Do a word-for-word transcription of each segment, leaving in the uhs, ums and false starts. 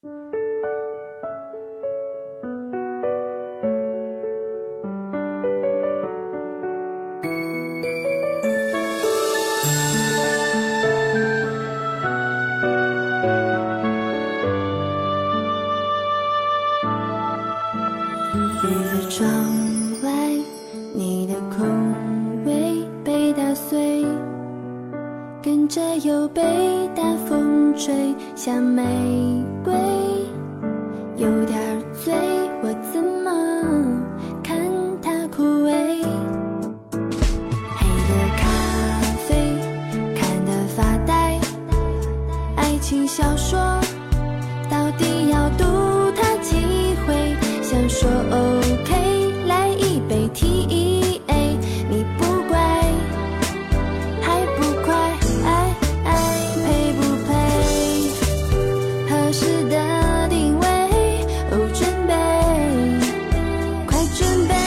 窗外你的空位被打碎，跟着又被大风吹，像玫瑰有点醉，我怎么看它枯萎。黑的咖啡看得发呆，爱情小说到底要读它几回，想说 OK 来一杯 T E A， 你不乖还不快，爱爱配不配，合适的定位，哦准备快准备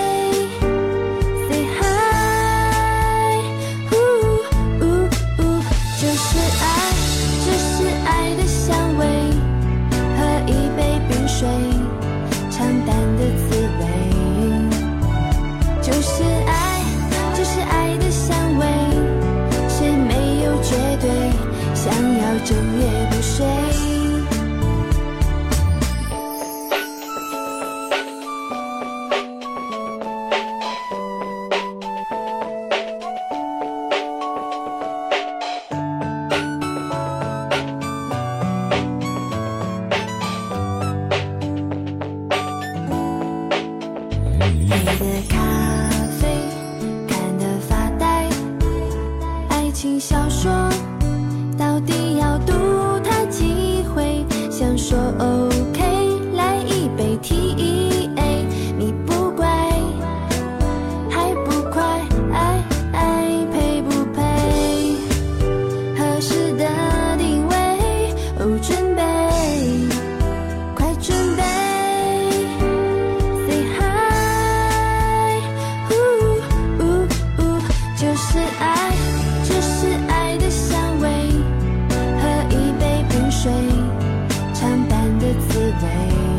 Say hi， 呜呜呜，这是爱，这是爱的香味，喝一杯冰水，尝淡的滋味，就是爱，就是爱的香味，谁没有绝对，想要整夜不睡。黑的咖啡看得发呆，爱情小说到底要读它几回，想说 OK 来一杯 T E A， 你不乖还不快，爱爱配不配，合适的定位，哦准备快准备 Say hi， 呜呜呜，就是爱，这是爱的香味，喝一杯冰水，尝淡的滋味，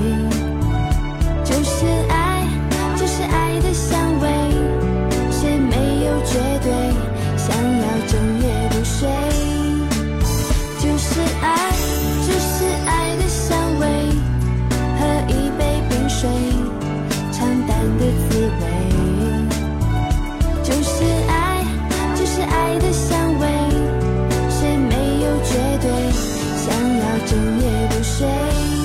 就是爱，就是爱的香味，谁没有绝对，想要整夜不睡，就是爱，就是爱的香味，喝一杯冰水，尝淡的滋味，就是爱，就是爱的香味，谁没有绝对，想要整夜不睡。